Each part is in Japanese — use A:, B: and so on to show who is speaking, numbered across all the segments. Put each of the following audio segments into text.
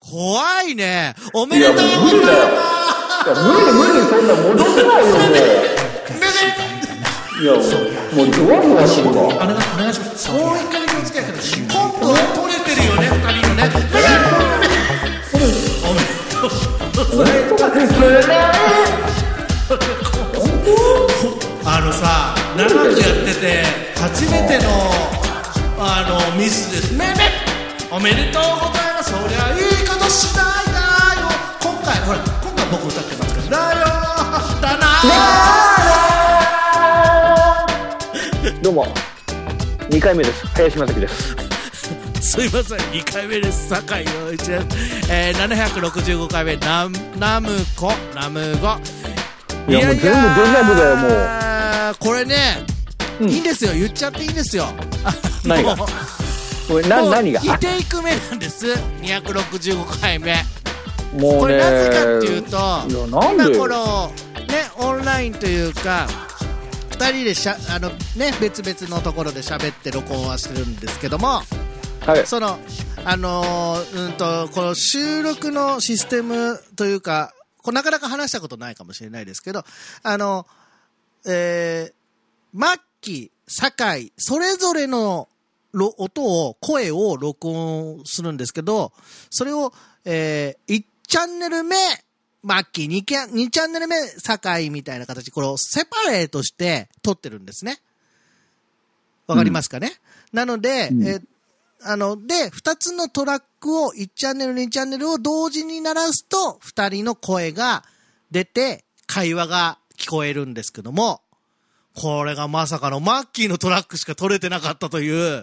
A: 怖いね。おめでとうございます。
B: 無理、そんな戻せないよ、もう。いや、もうドワドワするわ。
A: お願いします。もう一回気をつけて。今度は取れてるよね、二人のね。おめでとうございます。さ、長くやってて初めてのミスです。おめでとうございます。そりゃいいことしないだよ。今回僕歌ってますからだよだ
B: などうも2回目です。林正樹です。
A: すいません、2回目です。酒井陽一です。765回目ナムゴ。
B: いやもう全部デジャブだよ。もう
A: これね、いいんですよ。言っちゃっていいんですよ。
B: 何が何が
A: リテイク目なんです。265回目。
B: もうね、
A: これなぜかっていうと、
B: 今
A: このねオンラインというか2人で別々のところで喋って録音はしてるんですけども、
B: はい、
A: そのこの収録のシステムというか、これなかなか話したことないかもしれないですけど、マッキー、酒井それぞれの声を録音するんですけど、それを、1チャンネル目マッキー、2チャンネル目酒井みたいな形、これをセパレートして撮ってるんですね。わかりますかね。なので、で2つのトラックを1チャンネル2チャンネルを同時に鳴らすと2人の声が出て会話が聞こえるんですけども、これがまさかのマッキーのトラックしか撮れてなかったという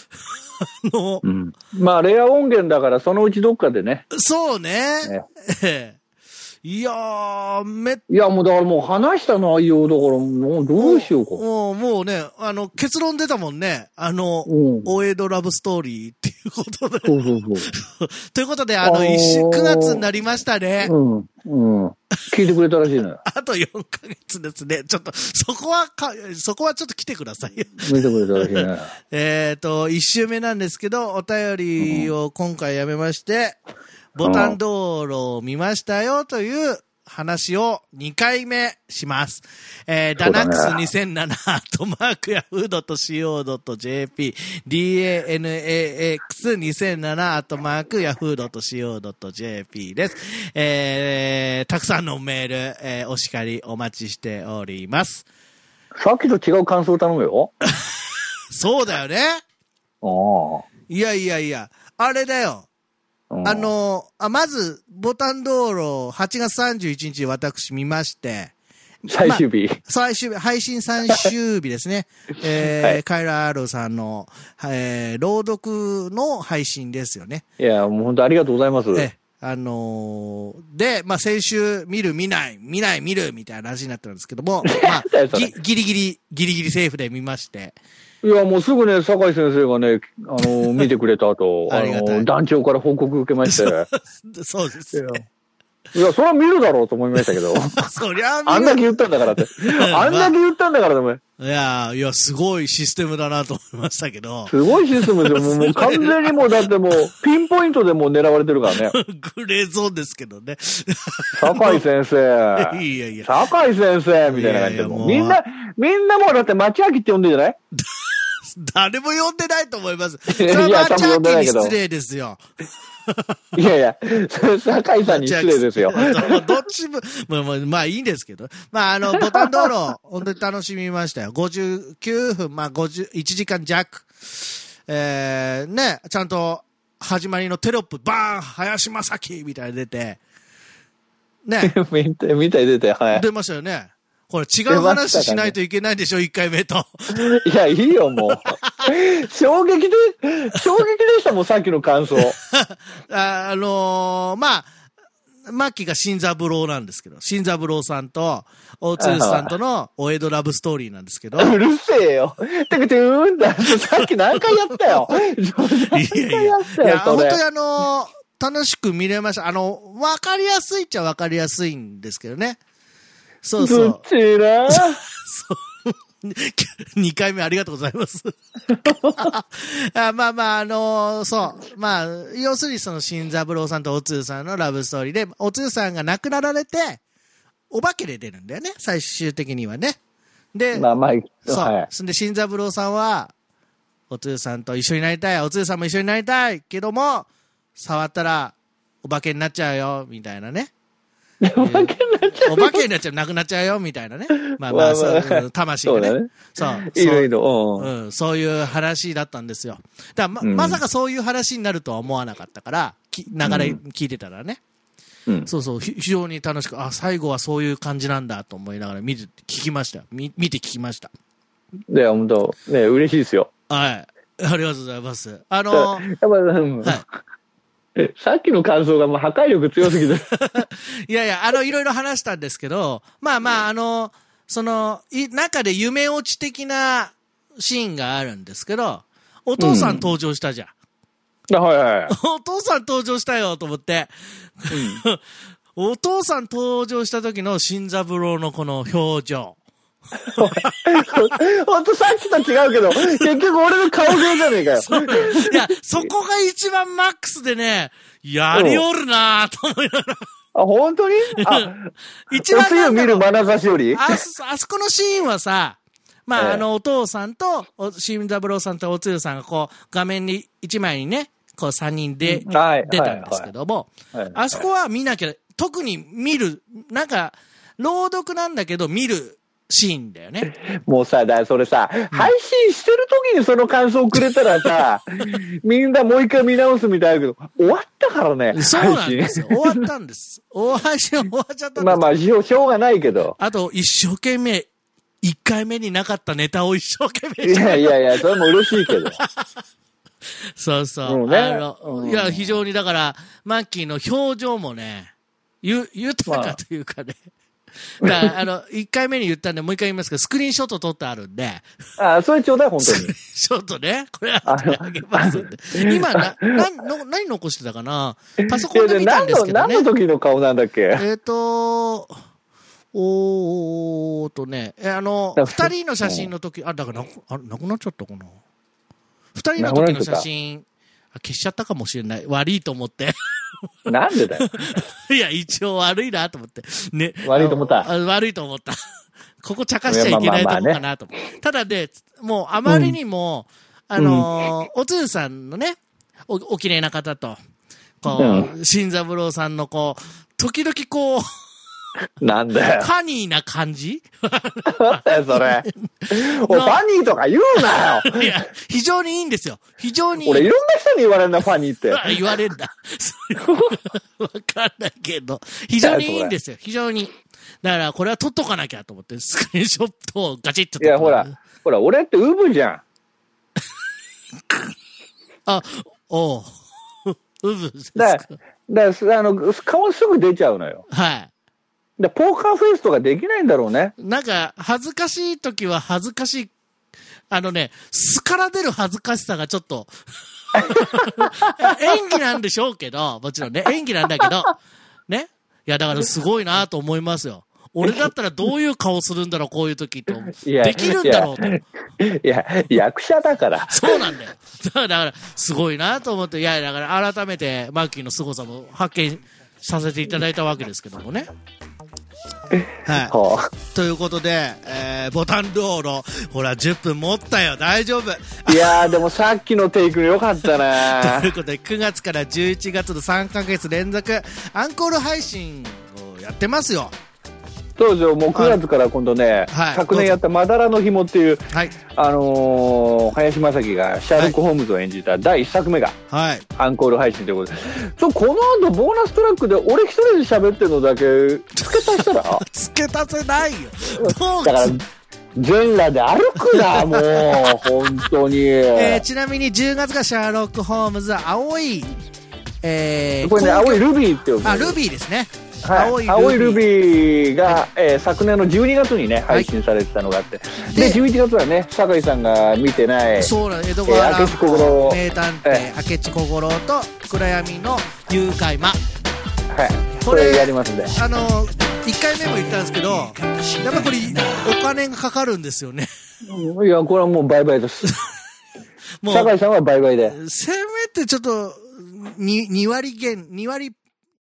B: まあレア音源だからそのうちどっかでね。
A: そうね。いやー
B: いやもうだからもう話した内容だからもうどうしようか。
A: もうね、結論出たもんね。大江戸ラブストーリーっていうことで。そうということで、9月になりましたね。聞いてくれたらしいのよ。あと4ヶ月ですね。ちょっと、そこはちょっと来てください。
B: 見てくれたらしいね。
A: 1週目なんですけど、お便りを今回やめまして、ボタン道路を見ましたよという話を2回目します。ダナックス2007@yahoo.co.jp DANAX2007 @yahoo.co.jp です。たくさんのメール、お叱りお待ちしております。
B: さっきと違う感想を頼むよ。
A: そうだよね。いや、あれだよ。まず、ボタン道路、8月31日私見まして。
B: 最終日、
A: 配信最終日ですね。カイラールさんの、朗読の配信ですよね。
B: いや、もう本当ありがとうございます。
A: で、先週見る見るみたいな話になってるんですけども、ギリギリセーフで見まして。
B: いや、もうすぐね、酒井先生がね、見てくれた後、団長から報告受けまして。
A: そうですね。
B: いや、それは見るだろうと思いましたけど。
A: そりゃ
B: あんだけ言ったんだからって。あんだけ言ったんだからでも。
A: いや、すごいシステムだなと思いましたけど。
B: すごいシステムですよ。もう完全にもう、だってもう、ピンポイントでもう狙われてるからね。
A: グレーゾーンですけどね。
B: 酒井先生。
A: いや。
B: 酒井先生みたいな感じで。みんなもうだって町明って呼んでるじゃない？
A: 誰も呼んでないと思います。それは町明に失礼ですよ。
B: いや、酒井さんに失礼ですよ。
A: どっちも、まあいいんですけど。ボタン道路、本当に楽しみましたよ。59分、1時間弱。ちゃんと始まりのテロップ、バーン林正樹みたいに出て。ね。
B: 見たい出て、はい。
A: 出ましたよね。これ違う話しないといけないでしょ、1回目と。
B: いや、いいよ、もう。衝撃でしたもん、さっきの感想。
A: マッキーが新三郎なんですけど、新三郎さんと、大津さんとのお江戸ラブストーリーなんですけど。
B: うるせえよ。てか、さっき何回やったよ。
A: いや、本当に楽しく見れました。わかりやすいっちゃわかりやすいんですけどね。そう。
B: どっちな。
A: 2回目ありがとうございます。まあまあ、そう。まあ、要するにその新三郎さんとおつゆさんのラブストーリーで、おつゆさんが亡くなられて、お化けで出るんだよね、最終的にはね。で、
B: まあまあ、
A: そう。
B: はい、
A: そんで、新三郎さんは、おつゆさんと一緒になりたい、おつゆさんも一緒になりたいけども、触ったらお化けになっちゃうよ、みたいなね。
B: お化けになっちゃう。
A: お化けになっちゃう、なくなっちゃうよ、みたいなね。まあまあ、そう魂がね。そう。
B: いろいろ。
A: そういう話だったんですよ。だからまさかそういう話になるとは思わなかったから、流れ聞いてたらね。そうそう、非常に楽しく、最後はそういう感じなんだと思いながら見て聞きました。見て聞きました。
B: で、本当ね、嬉しいですよ。
A: はい。ありがとうございます。やっぱ、
B: はい。さっきの感想がもう破壊力強すぎて。
A: いやいや、いろいろ話したんですけど、まあまあ、中で夢落ち的なシーンがあるんですけど、お父さん登場したじゃん。
B: はいはい。
A: お父さん登場したよと思って。お父さん登場した時の新三郎のこの表情。
B: ほんとさっきと違うけど、結局俺の顔芸じゃねえかよ。
A: いや、そこが一番マックスでね、やりおるなぁと思いながら。
B: 本当に一番おつゆ見る眼差しより
A: あそこのシーンはさ、まあ、お父さんと、新三郎さんとおつゆさんがこう、画面に一枚にね、こう3人で出たんですけども、あそこは見なきゃ、特に見る、なんか、朗読なんだけど見るシーンだよね。
B: もうさ、それさ、配信してる時にその感想をくれたらさ、みんなもう一回見直すみたいだけど、終わったからね。
A: そうなんですよ。終わったんです。配信終わっちゃったんです。
B: まあまあ、しょうがないけど。
A: あと、一生懸命、1回目になかったネタを一生懸命。
B: いや、それも嬉しいけど。
A: そうそう。いや、非常にだから、マッキーの表情もね、豊かというかね。1回目に言ったんで、もう一回言いますけど、スクリーンショット撮ってあるんで。
B: それちょうだい、本当に。
A: スクリーンショットね。これあげますんで。今、何残してたかなパソコンで見たんですけどね。
B: 何の時の顔なんだっけ
A: ね、二人の写真の時、だからなくなっちゃったかな。二人の時の写真、消しちゃったかもしれない。悪いと思って。
B: なんでだよ。
A: いや、一応悪いなと思って。ね。
B: 悪いと思った。
A: 悪いと思った。ここ茶化しちゃいけないとこかなと思って。ただね、もうあまりにも、おつゆさんのね、お綺麗な方と、こう、新三郎さんのこう、時々こう、
B: なんだよ。
A: ファニーな感じ
B: なんだよ、それ。ファニーとか言うなよ。
A: いや、非常にいいんですよ。非常に。
B: 俺いろんな人に言われるな、ファニーって。
A: 言われるんだ。わかんないけど。非常にいいんですよ。非常に。だから、これは撮っとかなきゃと思って、スクリーンショットをガチッと撮って。
B: いや、ほら、俺ってウブじゃん。
A: ウブですか。
B: だから、顔すぐ出ちゃうのよ。
A: はい。
B: で、ポーカーフェイスとかできないんだろうね。
A: なんか、恥ずかしい時は恥ずかしい。素から出る恥ずかしさがちょっと、演技なんでしょうけど、もちろんね、演技なんだけど、ね。いや、だからすごいなと思いますよ。俺だったらどういう顔するんだろう、こういう時と。できるんだろうと。
B: いや、役者だから。
A: そうなんだよ。だから、すごいなと思って、いや、だから改めてマッキーの凄さも発見させていただいたわけですけどもね。はい。ということで、ボタンロール、ほら、10分持ったよ。大丈夫。
B: いやー、でもさっきのテイクよかったな
A: ということで、9月から11月の3ヶ月連続、アンコール配信をやってますよ。
B: 当時もう9月から今度ね、昨年やったまだらの紐っていう、林正樹がシャーロック・ホームズを演じた第1作目が、アンコール配信ということで、この後ボーナストラックで俺一人で喋ってるのだけ付け足したら
A: 付け足せないよ。
B: だから全裸で歩くな、もう本当に。
A: ちなみに10月がシャーロック・ホームズ青い、こ
B: れね、青いルビーって呼ぶ。
A: ルビーですね。
B: 青いルビーが、昨年の12月にね配信されてたのがあって、で11月はね酒井さんが見てない
A: そうなん、江戸川乱歩名探偵明智小五郎と暗闇の誘拐魔、
B: これやりますんで。
A: 1回目も言ったんですけど、やっぱこれ、お金がかかるんですよね。
B: いや、これはもう倍々です。もう酒井さんは倍々で。
A: せめてちょっと、2割